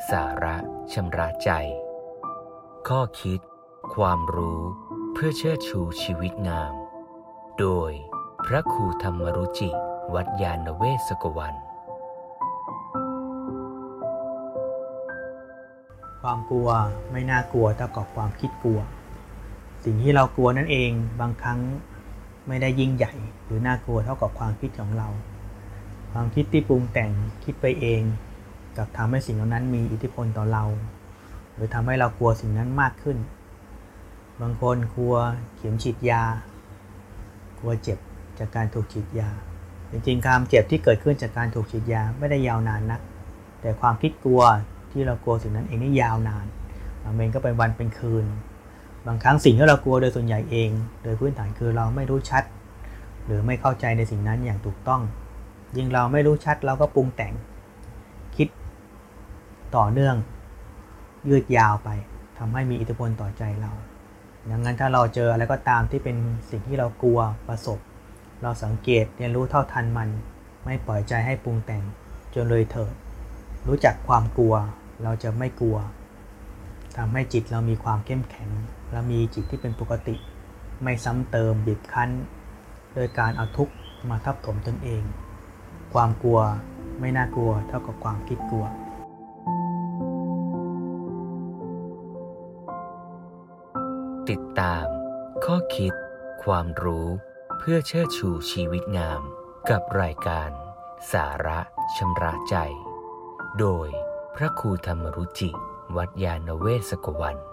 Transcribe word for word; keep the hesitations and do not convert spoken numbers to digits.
สาระชำระใจข้อคิดความรู้เพื่อเชิดชูชีวิตงามโดยพระครูธรรมรุจิวัดยานเวศกวันความกลัวไม่น่ากลัวเท่ากับความคิดกลัวสิ่งที่เรากลัวนั่นเองบางครั้งไม่ได้ยิ่งใหญ่หรือน่ากลัวเท่ากับความคิดของเราความคิดที่ปรุงแต่งคิดไปเองกับทำให้สิ่งเหล่านั้นมีอิทธิพลต่อเราหรือทำให้เรากลัวสิ่งนั้นมากขึ้นบางคนกลัวเข็มฉีดยากลัวเจ็บจากการถูกฉีดยาจริงๆความเจ็บที่เกิดขึ้นจากการถูกฉีดยาไม่ได้ยาวนานนักแต่ความคิดกลัวที่เรากลัวสิ่งนั้นเองนี่ยาวนานบางเมนก็เป็นวันเป็นคืนบางครั้งสิ่งที่เรากลัวโดยส่วนใหญ่เองโดยพื้นฐานคือเราไม่รู้ชัดหรือไม่เข้าใจในสิ่งนั้นอย่างถูกต้องยิ่งเราไม่รู้ชัดเราก็ปรุงแต่งคิดต่อเนื่องยืดยาวไปทำให้มีอิทธิพลต่อใจเราดังนั้นถ้าเราเจออะไรก็ตามที่เป็นสิ่งที่เรากลัวประสบเราสังเกตเรียนรู้เท่าทันมันไม่ปล่อยใจให้ปรุงแต่งจนเลยเถิดรู้จักความกลัวเราจะไม่กลัวทำให้จิตเรามีความเข้มแข็งและมีจิตที่เป็นปกติไม่ซ้ำเติมบีบคั้นโดยการเอาทุกข์มาทับถมตนเองความกลัวไม่น่ากลัวเท่ากับความคิดกลัวติดตามข้อคิดความรู้เพื่อเชิดชูชีวิตงามกับรายการสาระชำระใจโดยพระครูธรรมรุจิวัดยานเวศกวัน